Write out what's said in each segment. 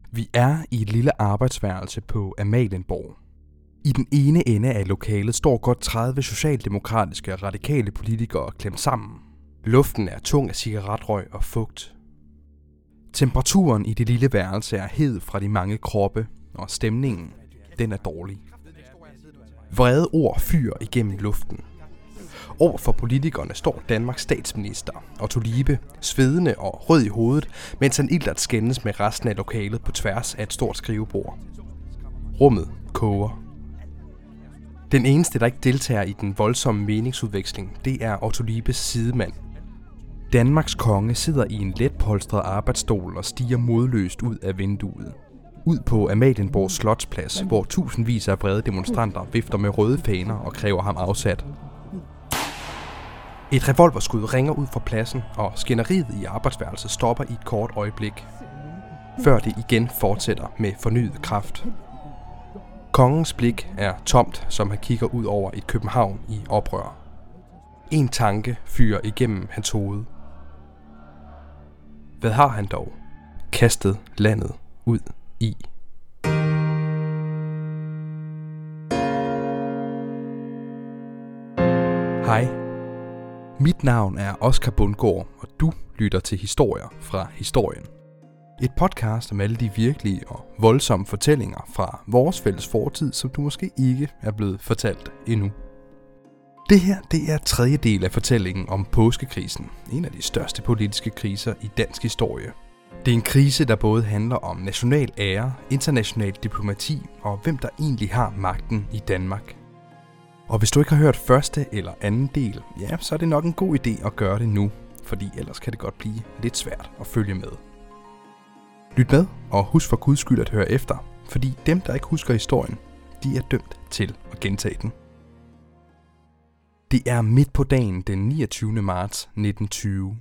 Vi er i et lille arbejdsværelse på Amalienborg. I den ene ende af lokalet står godt 30 socialdemokratiske og radikale politikere klemt sammen. Luften er tung af cigaretrøg og fugt. Temperaturen i det lille værelse er hed fra de mange kroppe, og stemningen, den er dårlig. Vrede ord fyrer igennem luften. Over for politikerne står Danmarks statsminister, Otto Liebe, svedende og rød i hovedet, mens han iltert skændes med resten af lokalet på tværs af et stort skrivebord. Rummet koger. Den eneste, der ikke deltager i den voldsomme meningsudveksling, det er Otto Liebes sidemand. Danmarks konge sidder i en letpolstret arbejdsstol og stiger modløst ud af vinduet. Ud på Amalienborgs slotsplads, hvor tusindvis af vrede demonstranter vifter med røde faner og kræver ham afsat. Et revolverskud ringer ud fra pladsen, og skænderiet i arbejdsværelset stopper i et kort øjeblik, før det igen fortsætter med fornyet kraft. Kongens blik er tomt, som han kigger ud over et København i oprør. En tanke fyrer igennem hans hoved. Hvad har han dog kastet landet ud i? Hej. Mit navn er Oscar Bundgaard, og du lytter til Historier fra Historien. Et podcast om alle de virkelige og voldsomme fortællinger fra vores fælles fortid, som du måske ikke er blevet fortalt endnu. Det her, det er tredje del af fortællingen om påskekrisen, en af de største politiske kriser i dansk historie. Det er en krise, der både handler om national ære, international diplomati og hvem der egentlig har magten i Danmark. Og hvis du ikke har hørt første eller anden del, ja, så er det nok en god idé at gøre det nu, fordi ellers kan det godt blive lidt svært at følge med. Lyt med, og husk for guds skyld at høre efter, fordi dem, der ikke husker historien, de er dømt til at gentage den. Det er midt på dagen den 29. marts 1920.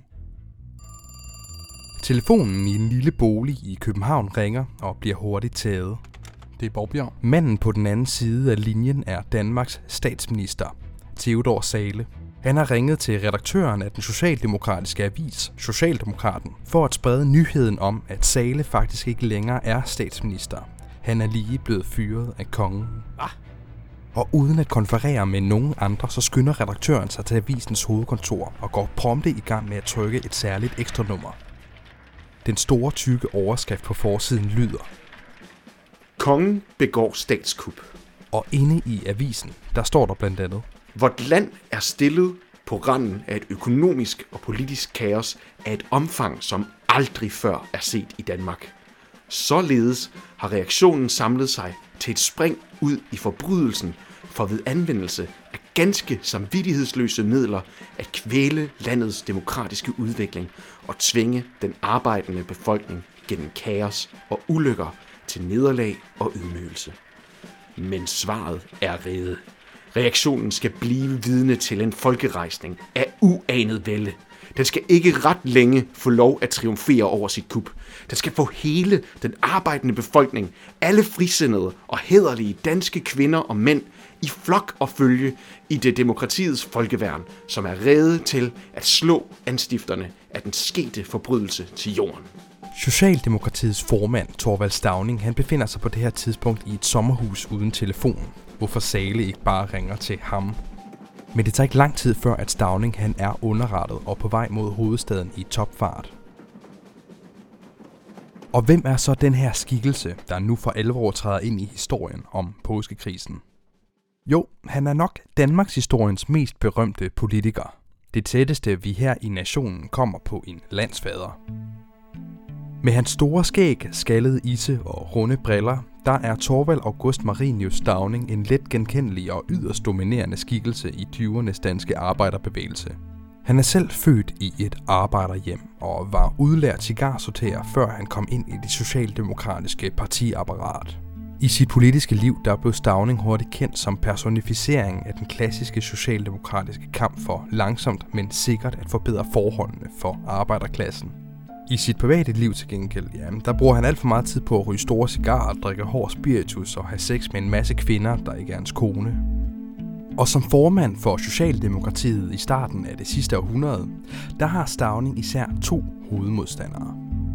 Telefonen i en lille bolig i København ringer og bliver hurtigt taget. Det er Borbjerg. Manden på den anden side af linjen er Danmarks statsminister, Theodor Zahle. Han har ringet til redaktøren af den socialdemokratiske avis, Socialdemokraten, for at sprede nyheden om, at Zahle faktisk ikke længere er statsminister. Han er lige blevet fyret af kongen. Og uden at konferere med nogen andre, så skynder redaktøren sig til avisens hovedkontor og går prompte i gang med at trykke et særligt ekstra nummer. Den store tykke overskrift på forsiden lyder: Kongen begår statskup. Og inde i avisen, der står der blandt andet: Vort land er stillet på randen af et økonomisk og politisk kaos af et omfang, som aldrig før er set i Danmark. Således har reaktionen samlet sig til et spring ud i forbrydelsen for ved anvendelse af ganske samvittighedsløse midler at kvæle landets demokratiske udvikling og tvinge den arbejdende befolkning gennem kaos og ulykker til nederlag og ydmygelse. Men svaret er rede. Reaktionen skal blive vidne til en folkerejsning af uanet vælde. Den skal ikke ret længe få lov at triumfere over sit kup. Den skal få hele den arbejdende befolkning, alle frisindede og hæderlige danske kvinder og mænd, i flok og følge i det demokratiets folkeværn, som er rede til at slå anstifterne af den skete forbrydelse til jorden. Socialdemokratiets formand, Thorvald Stauning, han befinder sig på det her tidspunkt i et sommerhus uden telefon, hvorfor Zahle ikke bare ringer til ham. Men det tager ikke lang tid før, at Stauning han er underrettet og på vej mod hovedstaden i topfart. Og hvem er så den her skikkelse, der nu for alvor træder ind i historien om påskekrisen? Jo, han er nok Danmarks historiens mest berømte politiker. Det tætteste, vi her i nationen kommer på en landsfader. Med hans store skæg, skaldede isse og runde briller, der er Thorvald August Marinus Stauning en let genkendelig og yderst dominerende skikkelse i 20'ernes danske arbejderbevægelse. Han er selv født i et arbejderhjem og var udlært cigarsorterer, før han kom ind i det socialdemokratiske partiapparat. I sit politiske liv der blev Stauning hurtigt kendt som personificering af den klassiske socialdemokratiske kamp for langsomt, men sikkert at forbedre forholdene for arbejderklassen. I sit private liv til gengæld, der bruger han alt for meget tid på at ryge store cigarer, drikke hård spiritus og have sex med en masse kvinder, der ikke er hans kone. Og som formand for Socialdemokratiet i starten af det sidste århundrede, der har Stauning især to hovedmodstandere.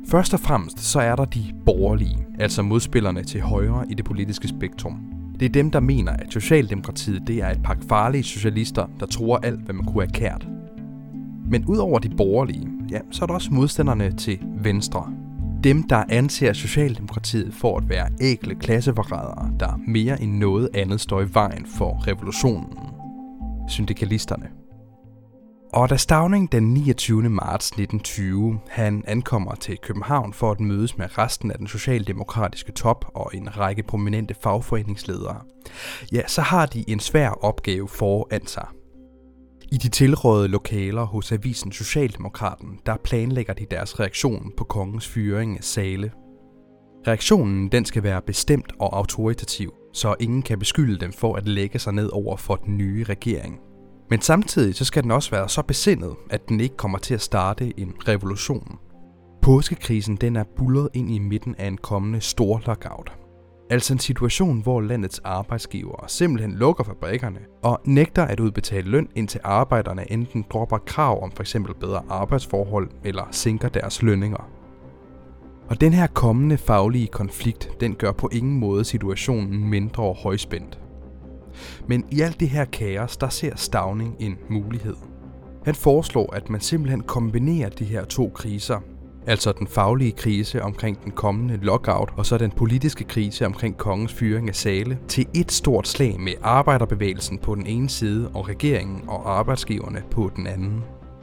Først og fremmest så er der de borgerlige, altså modspillerne til højre i det politiske spektrum. Det er dem, der mener, at Socialdemokratiet det er et pak farlige socialister, der tror alt, hvad man kunne have kært. Men udover de borgerlige, ja, så er der også modstanderne til venstre. Dem, der anser Socialdemokratiet for at være ægle klasseforrædere, der mere end noget andet står i vejen for revolutionen. Syndikalisterne. Og da Stauning den 29. marts 1920 han ankommer til København for at mødes med resten af den socialdemokratiske top og en række prominente fagforeningsledere, ja, så har de en svær opgave foran sig. I de tilrådede lokaler hos avisen Socialdemokraten, der planlægger de deres reaktion på kongens fyring af Zahle. Reaktionen den skal være bestemt og autoritativ, så ingen kan beskylde dem for at lægge sig ned over for den nye regering. Men samtidig så skal den også være så besindet, at den ikke kommer til at starte en revolution. Påskekrisen den er buldret ind i midten af en kommende stor lockout. Altså en situation, hvor landets arbejdsgivere simpelthen lukker fabrikkerne og nægter at udbetale løn, indtil arbejderne enten dropper krav om f.eks. bedre arbejdsforhold eller sænker deres lønninger. Og den her kommende faglige konflikt, den gør på ingen måde situationen mindre højspændt. Men i alt det her kaos, der ser Stauning en mulighed. Han foreslår, at man simpelthen kombinerer de her to kriser, altså den faglige krise omkring den kommende lockout, og så den politiske krise omkring kongens fyring af Zahle, til et stort slag med arbejderbevægelsen på den ene side og regeringen og arbejdsgiverne på den anden.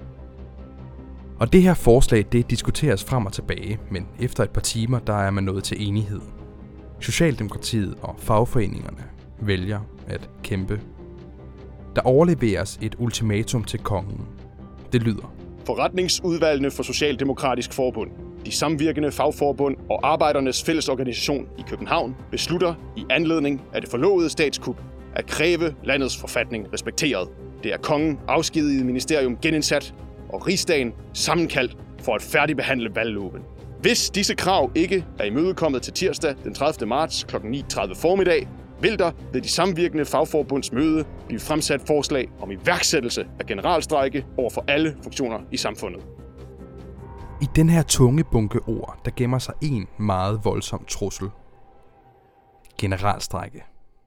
Og det her forslag, det diskuteres frem og tilbage, men efter et par timer, der er man nået til enighed. Socialdemokratiet og fagforeningerne vælger at kæmpe. Der overleveres et ultimatum til kongen. Det lyder: Forretningsudvalgene for Socialdemokratisk Forbund, de samvirkende fagforbund og Arbejdernes Fællesorganisation i København beslutter i anledning af det forlovede statskup at kræve landets forfatning respekteret. Det er kongen afskediget ministerium genindsat og rigsdagen sammenkaldt for at færdigbehandle valgloven. Hvis disse krav ikke er imødekommet til tirsdag den 30. marts kl. 9:30 formiddag, vil der ved de samvirkende fagforbunds møde blive fremsat forslag om iværksættelse af generalstrejke over for alle funktioner i samfundet. I den her tunge bunke ord, der gemmer sig en meget voldsom trussel. Generalstrejke.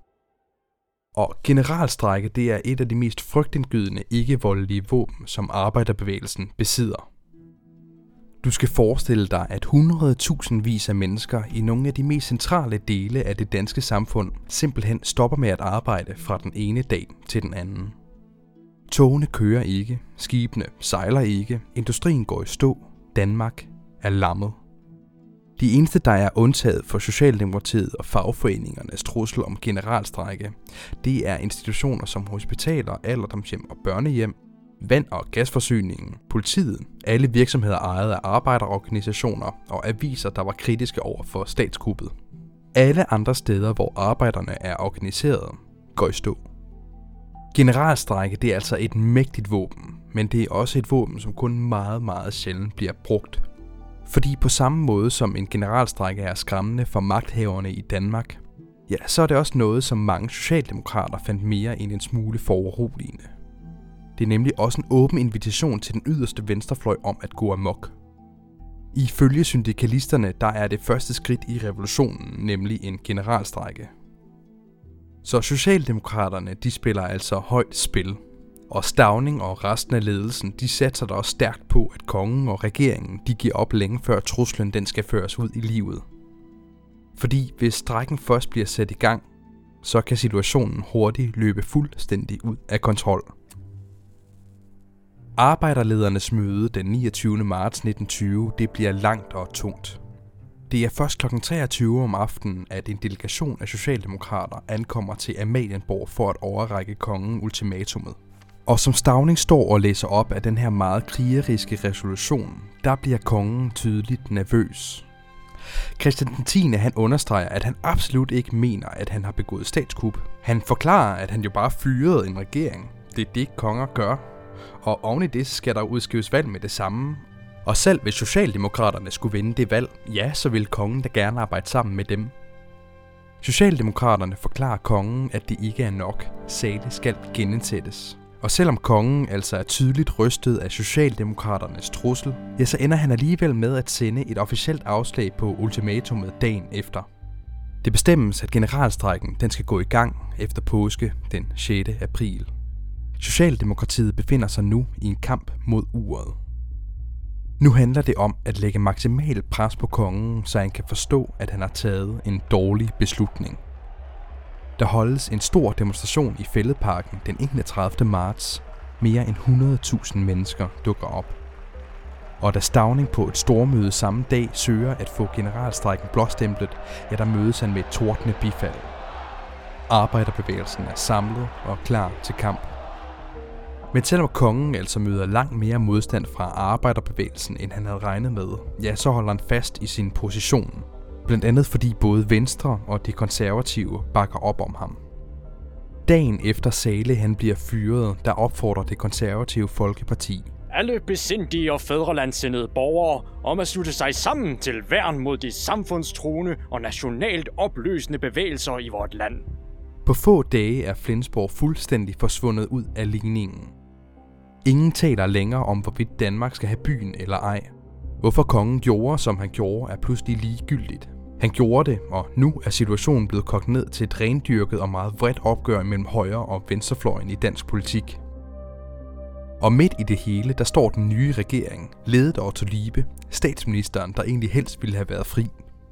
Og generalstrejke, det er et af de mest frygtindgydende ikke-voldelige våben, som arbejderbevægelsen besidder. Du skal forestille dig, at 100.000 af mennesker i nogle af de mest centrale dele af det danske samfund simpelthen stopper med at arbejde fra den ene dag til den anden. Togene kører ikke, skibene sejler ikke, industrien går i stå, Danmark er lammet. De eneste, der er undtaget for Socialdemokratiet og fagforeningernes trussel om generalstrejke, det er institutioner som hospitaler, alderdomshjem og børnehjem, vand- og gasforsyningen, politiet, alle virksomheder ejet af arbejderorganisationer og aviser, der var kritiske over for statskuppet. Alle andre steder, hvor arbejderne er organiseret, går i stå. Generalstrejke, det er altså et mægtigt våben, men det er også et våben, som kun meget, meget sjældent bliver brugt. Fordi på samme måde som en generalstrejke er skræmmende for magthaverne i Danmark, ja, så er det også noget, som mange socialdemokrater fandt mere end en smule foruroligende. Det er nemlig også en åben invitation til den yderste venstrefløj om at gå amok. Ifølge syndikalisterne, der er det første skridt i revolutionen, nemlig en generalstrejke. Så Socialdemokraterne, de spiller altså højt spil. Og Stauning og resten af ledelsen, de satser da også stærkt på, at kongen og regeringen, de giver op længe før truslen den skal føres ud i livet. Fordi hvis strejken først bliver sat i gang, så kan situationen hurtigt løbe fuldstændig ud af kontrol. Arbejderledernes møde den 29. marts 1920, det bliver langt og tungt. Det er først kl. 23 om aftenen, at en delegation af socialdemokrater ankommer til Amalienborg for at overrække kongen ultimatummet. Og som Stauning står og læser op af den her meget krigeriske resolution, der bliver kongen tydeligt nervøs. Christian 10. han understreger, at han absolut ikke mener, at han har begået statskup. Han forklarer, at han jo bare fyrede en regering. Det er det, konger gør. Og oven i det skal der udskrives valg med det samme. Og selv hvis Socialdemokraterne skulle vinde det valg, ja, så vil kongen da gerne arbejde sammen med dem. Socialdemokraterne forklarer kongen, at det ikke er nok. Zahle skal genindsættes. Og selvom kongen altså er tydeligt rystet af Socialdemokraternes trussel, ja, så ender han alligevel med at sende et officielt afslag på ultimatumet dagen efter. Det bestemmes, at generalstrejken den skal gå i gang efter påske den 6. april. Socialdemokratiet befinder sig nu i en kamp mod uret. Nu handler det om at lægge maksimal pres på kongen, så han kan forstå, at han har taget en dårlig beslutning. Der holdes en stor demonstration i Fælledparken den 31. marts. Mere end 100.000 mennesker dukker op. Og da Stauning på et stormøde samme dag søger at få generalstrejken blåstemplet, ja, der mødes han med et tordnende bifald. Arbejderbevægelsen er samlet og klar til kamp. Men selvom kongen altså møder langt mere modstand fra arbejderbevægelsen, end han havde regnet med, ja, så holder han fast i sin position. Blandt andet fordi både Venstre og de konservative bakker op om ham. Dagen efter Zahle han bliver fyret, der opfordrer det konservative Folkeparti alle besindige og fædrelandssindede borgere om at slutte sig sammen til værn mod de samfundstruende og nationalt opløsende bevægelser i vort land. På få dage er Flensborg fuldstændig forsvundet ud af ligningen. Ingen taler længere om, hvorvidt Danmark skal have byen eller ej. Hvorfor kongen gjorde, som han gjorde, er pludselig ligegyldigt. Han gjorde det, og nu er situationen blevet kogt ned til et rendyrket og meget vredt opgør mellem højre- og venstrefløjen i dansk politik. Og midt i det hele, der står den nye regering, ledet af Otto Liebe, statsministeren, der egentlig helst ville have været fri.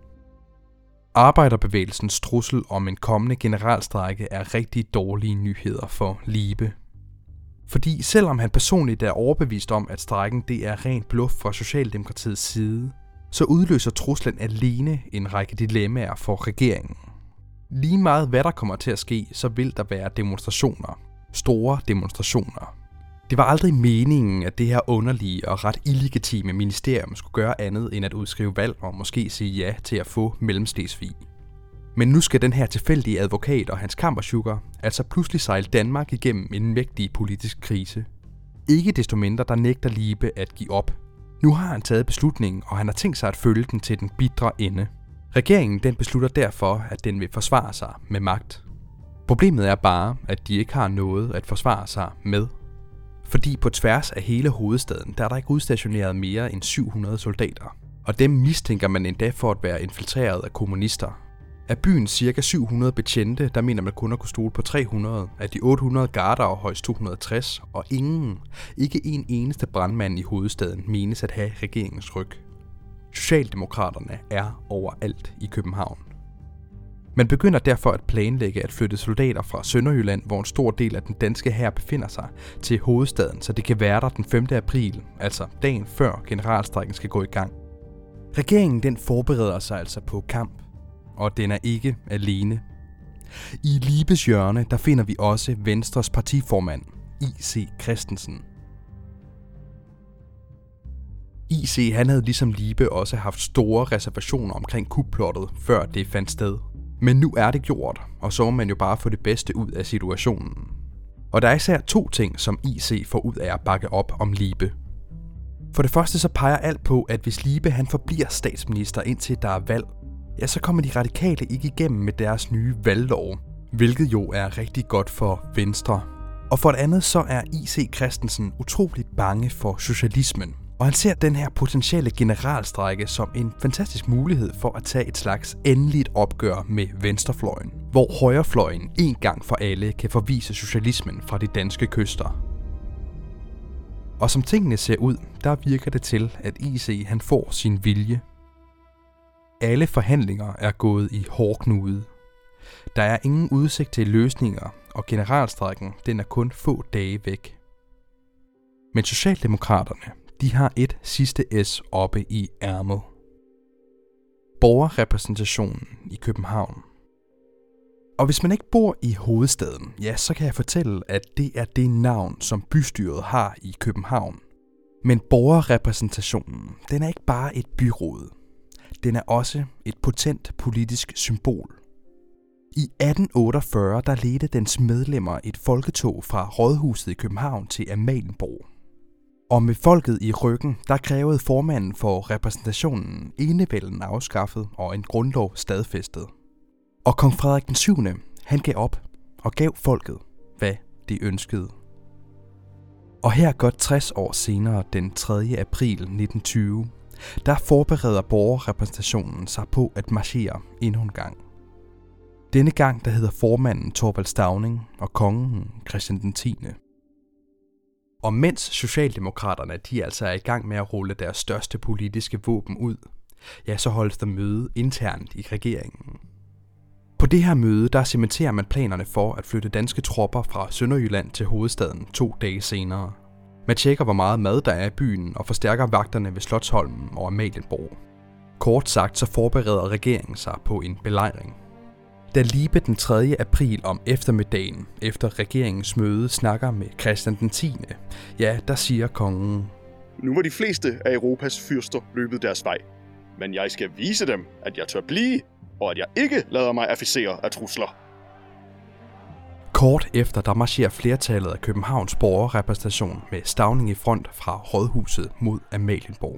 Arbejderbevægelsens trussel om en kommende generalstrejke er rigtig dårlige nyheder for Liebe. Fordi selvom han personligt er overbevist om, at strejken det er rent bluff fra Socialdemokratiets side, så udløser truslen alene en række dilemmaer for regeringen. Lige meget hvad der kommer til at ske, så vil der være demonstrationer. Store demonstrationer. Det var aldrig meningen, at det her underlige og ret illegitime ministerium skulle gøre andet end at udskrive valg og måske sige ja til at få Mellemslesvig. Men nu skal den her tilfældige advokat og hans kammersugar altså pludselig sejle Danmark igennem en mægtig politisk krise. Ikke desto mindre der nægter Liebe at give op. Nu har han taget beslutningen, og han har tænkt sig at følge den til den bitre ende. Regeringen den beslutter derfor, at den vil forsvare sig med magt. Problemet er bare, at de ikke har noget at forsvare sig med. Fordi på tværs af hele hovedstaden, der er der ikke udstationeret mere end 700 soldater. Og dem mistænker man endda for at være infiltreret af kommunister. Af byens ca. 700 betjente, der mener man kun at kunne stole på 300, af de 800 garder og højst 260, og ikke en eneste brandmand i hovedstaden menes at have regeringens ryg. Socialdemokraterne er overalt i København. Man begynder derfor at planlægge at flytte soldater fra Sønderjylland, hvor en stor del af den danske hær befinder sig, til hovedstaden, så det kan være der den 5. april, altså dagen før generalstrejken skal gå i gang. Regeringen den forbereder sig altså på kamp, og den er ikke alene. I Liebes hjørne, der finder vi også Venstres partiformand, I.C. Christensen. I.C. han havde ligesom Liebe også haft store reservationer omkring kupplottet, før det fandt sted. Men nu er det gjort, og så må man jo bare få det bedste ud af situationen. Og der er især 2 ting, som I.C. får ud af at bakke op om Liebe. For det første så peger alt på, at hvis Liebe han forbliver statsminister indtil der er valg, ja, så kommer de radikale ikke igennem med deres nye valglov, hvilket jo er rigtig godt for Venstre. Og for det andet så er I.C. Christensen utroligt bange for socialismen. Og han ser den her potentielle generalstrejke som en fantastisk mulighed for at tage et slags endeligt opgør med venstrefløjen, hvor højrefløjen en gang for alle kan forvise socialismen fra de danske kyster. Og som tingene ser ud, der virker det til, at I.C. han får sin vilje. Alle forhandlinger er gået i hårdknude. Der er ingen udsigt til løsninger, og generalstrejken den er kun få dage væk. Men Socialdemokraterne, de har et sidste S oppe i ærmet. Borgerrepræsentationen i København. Og hvis man ikke bor i hovedstaden, ja, så kan jeg fortælle, at det er det navn, som bystyret har i København. Men borgerrepræsentationen, den er ikke bare et byråd. Den er også et potent politisk symbol. I 1848 der ledte dens medlemmer et folketog fra Rådhuset i København til Amalienborg. Og med folket i ryggen, der krævede formanden for repræsentationen enevælden afskaffet og en grundlov stadfæstet. Og kong Frederik den 7. han gav op og gav folket, hvad de ønskede. Og her godt 60 år senere, den 3. april 1920, der forbereder borgerrepræsentationen sig på at marchere endnu en gang. Denne gang der hedder formanden Thorvald Stauning og kongen Christian 10. Og mens Socialdemokraterne de altså er i gang med at rulle deres største politiske våben ud, ja, så holdes der møde internt i regeringen. På det her møde, der cementerer man planerne for at flytte danske tropper fra Sønderjylland til hovedstaden 2 dage senere. Man tjekker, hvor meget mad der er i byen og forstærker vagterne ved Slotsholmen og Amalienborg. Kort sagt, så forbereder regeringen sig på en belejring. Da Libe den 3. april om eftermiddagen, efter regeringens møde, snakker med Christian den 10., ja, der siger kongen: Nu var de fleste af Europas fyrster løbet deres vej. Men jeg skal vise dem, at jeg tør blive, og at jeg ikke lader mig afficere af trusler. Kort efter, der marcherer flertallet af Københavns borgerrepræsentation med Stauning i front fra Rådhuset mod Amalienborg.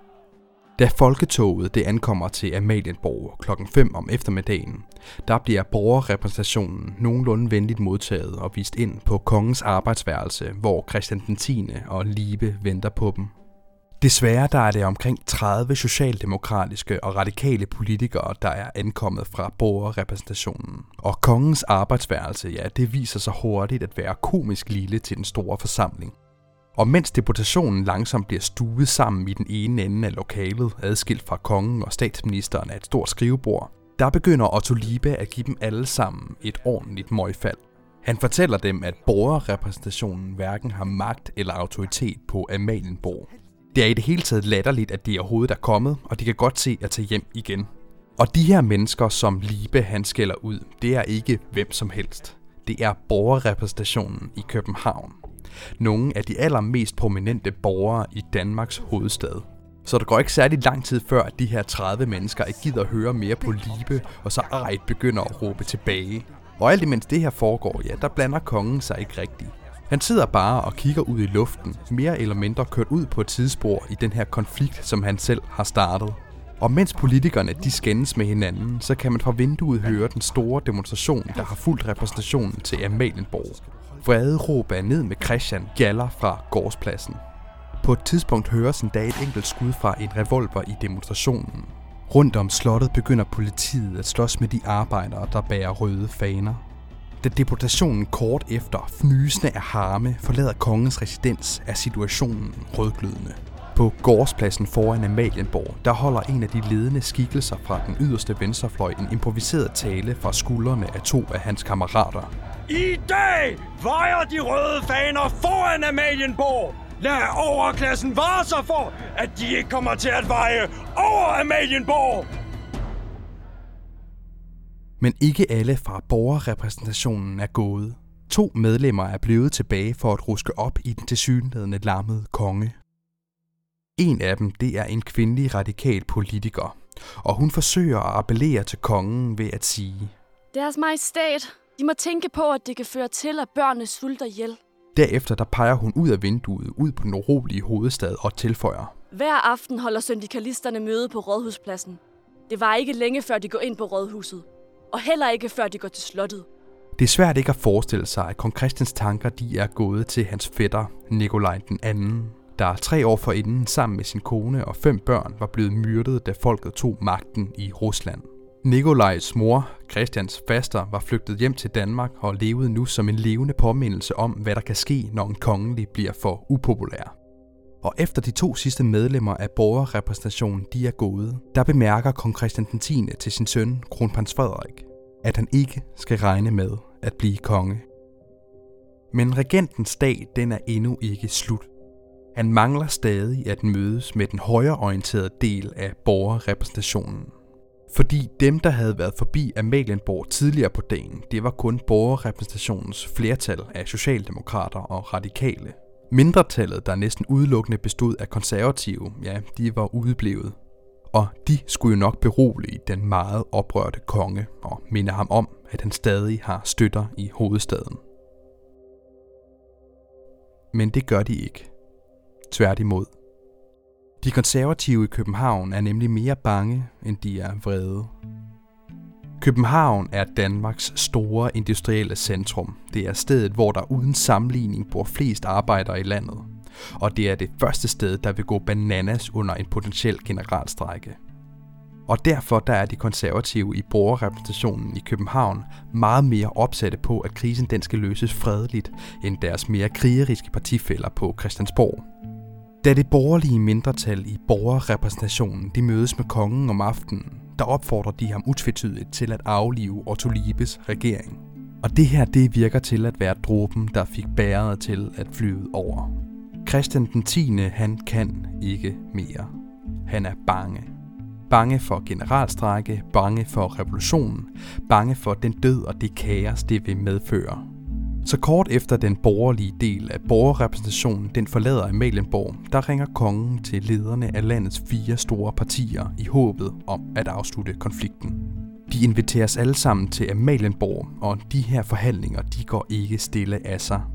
Da folketoget det ankommer til Amalienborg klokken 5 om eftermiddagen, der bliver borgerrepræsentationen nogenlunde venligt modtaget og vist ind på kongens arbejdsværelse, hvor Christian den 10. og Libe venter på dem. Desværre der er det omkring 30 socialdemokratiske og radikale politikere, der er ankommet fra borgerrepræsentationen. Og kongens arbejdsværelse, ja, det viser sig hurtigt at være komisk lille til den store forsamling. Og mens deputationen langsomt bliver stuet sammen i den ene ende af lokalet, adskilt fra kongen og statsministeren af et stort skrivebord, der begynder Otto Liebe at give dem alle sammen et ordentligt møgfald. Han fortæller dem, at borgerrepræsentationen hverken har magt eller autoritet på Amalienborg. Det er i det hele taget latterligt, at de overhovedet er kommet, og de kan godt se at tage hjem igen. Og de her mennesker, som Liebe han skælder ud, det er ikke hvem som helst. Det er borgerrepræsentationen i København. Nogle af de allermest prominente borgere i Danmarks hovedstad. Så der går ikke særlig lang tid før, at de her 30 mennesker ikke gider at høre mere på Liebe, og så ejt begynder at råbe tilbage. Og alt imens det her foregår, ja, der blander kongen sig ikke rigtigt. Han sidder bare og kigger ud i luften, mere eller mindre kørt ud på et tidsspor i den her konflikt, som han selv har startet. Og mens politikerne de skændes med hinanden, så kan man fra vinduet høre den store demonstration, der har fulgt repræsentationen til Amalienborg. Vrede råb af ned med Christian gjalder fra gårdspladsen. På et tidspunkt høres endda et enkelt skud fra en revolver i demonstrationen. Rundt om slottet begynder politiet at slås med de arbejdere, der bærer røde faner. Da deputationen kort efter, fnysende af harme, forlader kongens residens, er situationen rødglødende. På gårdspladsen foran Amalienborg, der holder en af de ledende skikkelser fra den yderste venstrefløj en improviseret tale fra skuldrene af 2 af hans kammerater. I dag vejer de røde faner foran Amalienborg. Lad overklassen vare sig for, at de ikke kommer til at veje over Amalienborg. Men ikke alle fra borgerrepræsentationen er gået. 2 medlemmer er blevet tilbage for at ruske op i den tilsyneladende lammede konge. En af dem, det er en kvindelig radikal politiker, og hun forsøger at appellere til kongen ved at sige: Deres Majestæt, de må tænke på, at det kan føre til, at børnene sulter ihjel. Derefter der peger hun ud af vinduet ud på den urolige hovedstad og tilføjer: Hver aften holder syndikalisterne møde på Rådhuspladsen. Det var ikke længe før de går ind på Rådhuset, og heller ikke før de går til slottet. Det er svært ikke at forestille sig, at kong Christians tanker de er gået til hans fætter Nikolaj den anden, der 3 år forinden sammen med sin kone og 5 børn var blevet myrdet, da folket tog magten i Rusland. Nikolajs mor, Christians faster, var flygtet hjem til Danmark og levede nu som en levende påmindelse om, hvad der kan ske, når en kongelig bliver for upopulær. Og efter de 2 sidste medlemmer af borgerrepræsentationen de er gået, der bemærker kong Christian den 10. til sin søn, kronprins Frederik, at han ikke skal regne med at blive konge. Men regentens dag, den er endnu ikke slut. Han mangler stadig at mødes med den højreorienterede del af borgerrepræsentationen. Fordi dem, der havde været forbi Amalienborg tidligere på dagen, det var kun borgerrepræsentationens flertal af socialdemokrater og radikale. Mindretallet, der næsten udelukkende bestod af konservative, ja, de var udeblevet. Og de skulle jo nok berolige den meget oprørte konge og minde ham om, at han stadig har støtter i hovedstaden. Men det gør de ikke. Tværtimod. De konservative i København er nemlig mere bange, end de er vrede. København er Danmarks store industrielle centrum. Det er stedet, hvor der uden sammenligning bor flest arbejdere i landet. Og det er det første sted, der vil gå bananas under en potentiel generalstrejke. Og derfor der er de konservative i borgerrepræsentationen i København meget mere opsatte på, at krisen den skal løses fredeligt, end deres mere krigeriske partifæller på Christiansborg. Da det borgerlige mindretal i borgerrepræsentationen de mødes med kongen om aftenen, der opfordrer de ham utvetydigt til at aflive Otto Liebes regering. Og det her det virker til at være dråben, der fik bæret til at flyde over. Christian den 10. han kan ikke mere. Han er bange. Bange for generalstrejke, bange for revolutionen, bange for den død og det kaos, det vil medføre. Så kort efter den borgerlige del af borgerrepræsentationen den forlader Amalienborg, der ringer kongen til lederne af landets 4 store partier i håbet om at afslutte konflikten. De inviteres alle sammen til Amalienborg, og de her forhandlinger de går ikke stille af sig.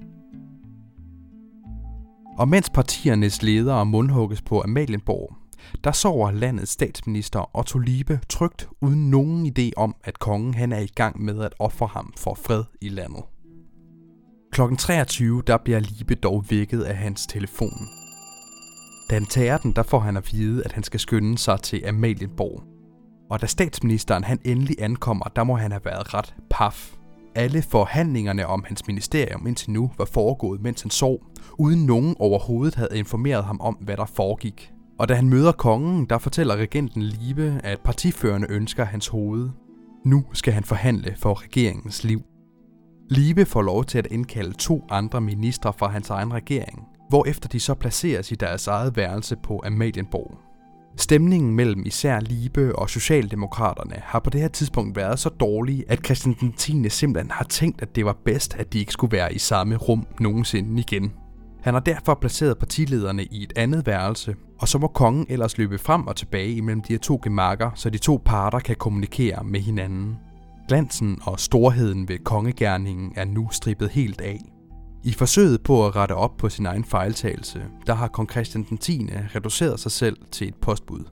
Og mens partiernes ledere mundhugges på Amalienborg, der sover landets statsminister Otto Liebe trygt uden nogen idé om, at kongen han er i gang med at ofre ham for fred i landet. Klokken 23 der bliver Liebe dog vækket af hans telefon. Da han tager den, der får han at vide, at han skal skynde sig til Amalienborg. Og da statsministeren han endelig ankommer, der må han have været ret paf. Alle forhandlingerne om hans ministerium indtil nu var foregået, mens han sov, uden nogen overhovedet havde informeret ham om, hvad der foregik. Og da han møder kongen, der fortæller regenten Liebe, at partiførerne ønsker hans hoved. Nu skal han forhandle for regeringens liv. Liebe får lov til at indkalde 2 andre ministre fra hans egen regering, hvorefter de så placeres i deres eget værelse på Amalienborg. Stemningen mellem især Liebe og Socialdemokraterne har på det her tidspunkt været så dårlig, at Christian den 10. simpelthen har tænkt, at det var bedst, at de ikke skulle være i samme rum nogensinde igen. Han har derfor placeret partilederne i et andet værelse, og så må kongen ellers løbe frem og tilbage imellem de her 2 gemakker, så de 2 parter kan kommunikere med hinanden. Glansen og storheden ved kongegerningen er nu strippet helt af. I forsøget på at rette op på sin egen fejltagelse, der har kong Christian den 10. reduceret sig selv til et postbud.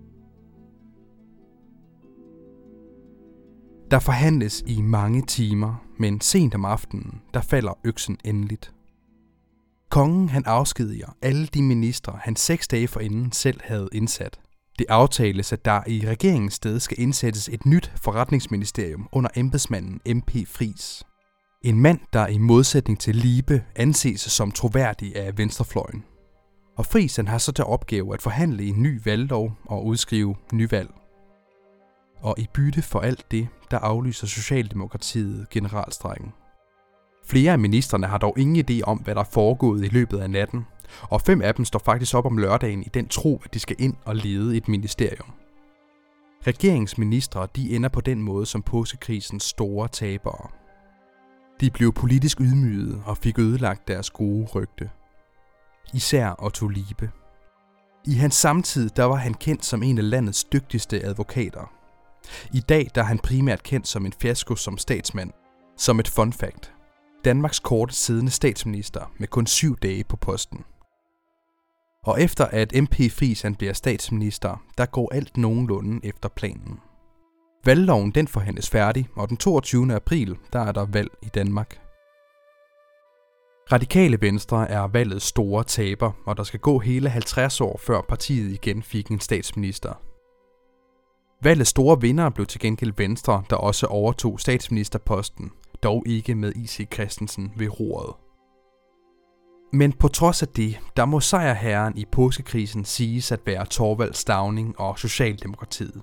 Der forhandles i mange timer, men sent om aftenen, der falder øksen endeligt. Kongen han afskediger alle de ministre, han 6 dage forinden selv havde indsat. Det aftales, at der i regeringens sted skal indsættes et nyt forretningsministerium under embedsmanden MP Friis. En mand, der i modsætning til Liebe anses som troværdig af venstrefløjen. Og Friis han har så til opgave at forhandle en ny valglov og udskrive nyvalg. Og i bytte for alt det, der aflyser Socialdemokratiet generalstrejken. Flere af ministrene har dog ingen idé om, hvad der er foregået i løbet af natten, og 5 af dem står faktisk op om lørdagen i den tro, at de skal ind og lede et ministerium. Regeringsministre de ender på den måde som påskekrisens store tabere. De blev politisk ydmygede og fik ødelagt deres gode rygte. Især Otto Liebe. I hans samtid der var han kendt som en af landets dygtigste advokater. I dag der er han primært kendt som en fiasko som statsmand. Som et fun fact. Danmarks kortest siddende statsminister med kun 7 dage på posten. Og efter at MP Friis han bliver statsminister, der går alt nogenlunde efter planen. Valgloven den forhandles færdig, og den 22. april der er der valg i Danmark. Radikale Venstre er valgets store taber, og der skal gå hele 50 år før partiet igen fik en statsminister. Valgets store vinder blev til gengæld Venstre, der også overtog statsministerposten, dog ikke med I.C. Christensen ved roret. Men på trods af det, der må sejrherren i påskekrisen siges at være Thorvald Stauning og Socialdemokratiet.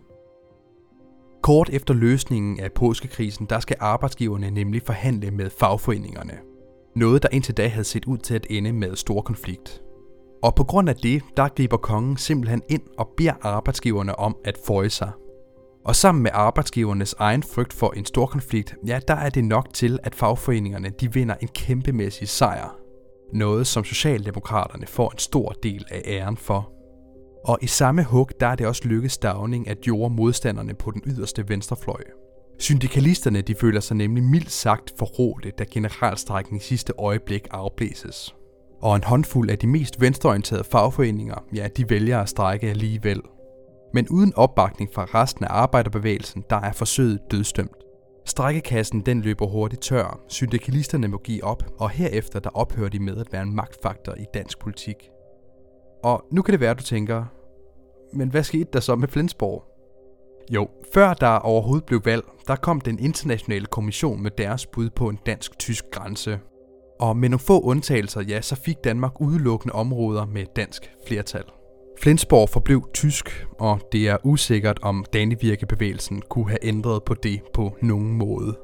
Kort efter løsningen af påskekrisen, der skal arbejdsgiverne nemlig forhandle med fagforeningerne. Noget, der indtil da havde set ud til at ende med stor konflikt. Og på grund af det, der griber kongen simpelthen ind og beder arbejdsgiverne om at føje sig. Og sammen med arbejdsgivernes egen frygt for en stor konflikt, ja, der er det nok til, at fagforeningerne de vinder en kæmpemæssig sejr. Noget, som Socialdemokraterne får en stor del af æren for. Og i samme hug, der er det også lykkedes Stauning at jorde modstanderne på den yderste venstrefløj. Syndikalisterne de føler sig nemlig mildt sagt forrådte, da generalstrejken i sidste øjeblik afblæses. Og en håndfuld af de mest venstreorienterede fagforeninger, ja, de vælger at strejke alligevel. Men uden opbakning fra resten af arbejderbevægelsen, der er forsøget dødsdømt. Strejkekassen den løber hurtigt tør, syndikalisterne må give op, og herefter der ophører de med at være en magtfaktor i dansk politik. Og nu kan det være, at du tænker, men hvad skete der så med Flensborg? Jo, før der overhovedet blev valg, der kom den internationale kommission med deres bud på en dansk-tysk grænse. Og med nogle få undtagelser, ja, så fik Danmark udelukkende områder med dansk flertal. Flensborg forblev tysk, og det er usikkert, om Dannevirke-bevægelsen kunne have ændret på det på nogen måde.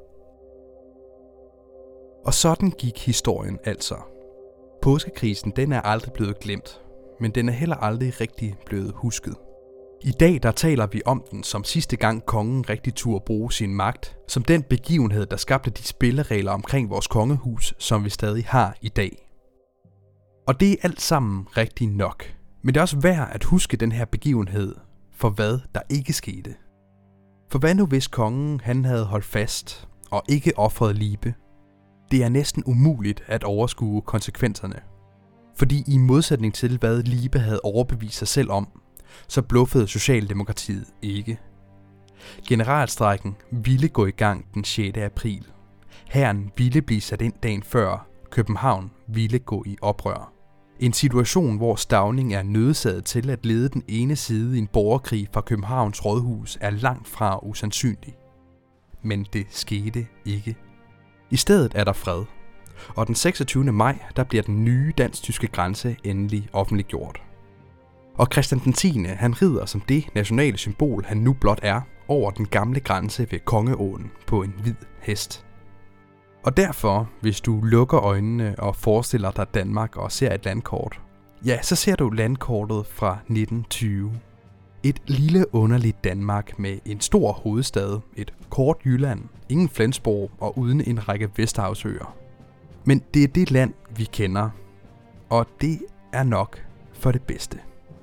Og sådan gik historien altså. Påskekrisen, den er aldrig blevet glemt, men den er heller aldrig rigtig blevet husket. I dag der taler vi om den som sidste gang kongen rigtig turde bruge sin magt, som den begivenhed, der skabte de spilleregler omkring vores kongehus, som vi stadig har i dag. Og det er alt sammen rigtig nok. Men det er også værd at huske den her begivenhed, for hvad der ikke skete. For hvad nu hvis kongen han havde holdt fast og ikke offret Libe? Det er næsten umuligt at overskue konsekvenserne. Fordi i modsætning til hvad Libe havde overbevist sig selv om, så bluffede Socialdemokratiet ikke. Generalstrejken ville gå i gang den 6. april. Hæren ville blive sat ind dagen før. København ville gå i oprør. En situation, hvor Stauning er nødsaget til at lede den ene side i en borgerkrig fra Københavns Rådhus, er langt fra usandsynlig. Men det skete ikke. I stedet er der fred. Og den 26. maj, der bliver den nye dansk-tyske grænse endelig offentliggjort. Og Christian den 10. han rider som det nationale symbol, han nu blot er, over den gamle grænse ved Kongeåen på en hvid hest. Og derfor, hvis du lukker øjnene og forestiller dig Danmark og ser et landkort, ja, så ser du landkortet fra 1920. Et lille underligt Danmark med en stor hovedstad, et kort Jylland, ingen Flensborg og uden en række Vesterhavsøer. Men det er det land, vi kender, og det er nok for det bedste.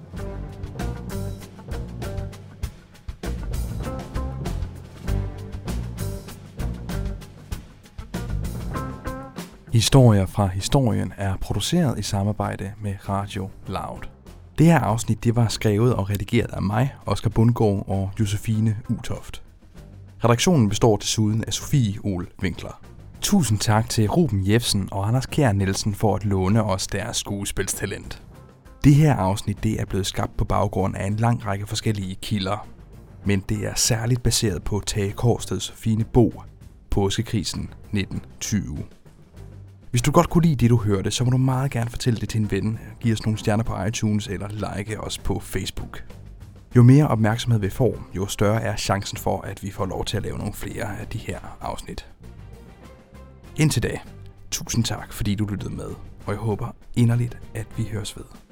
Historier fra historien er produceret i samarbejde med Radio Loud. Det her afsnit det var skrevet og redigeret af mig, Oscar Bundgaard og Josefine Utoft. Redaktionen består desuden af Sofie Ol Winkler. Tusind tak til Ruben Jefsen og Anders Kjær Nielsen for at låne os deres skuespilstalent. Det her afsnit det er blevet skabt på baggrund af en lang række forskellige kilder. Men det er særligt baseret på Tage Korsteds fine bog, Påskekrisen 1920. Hvis du godt kunne lide det, du hørte, så må du meget gerne fortælle det til en ven. Giv os nogle stjerner på iTunes eller like os på Facebook. Jo mere opmærksomhed vi får, jo større er chancen for, at vi får lov til at lave nogle flere af de her afsnit. Indtil da, tusind tak, fordi du lyttede med, og jeg håber inderligt, at vi høres ved.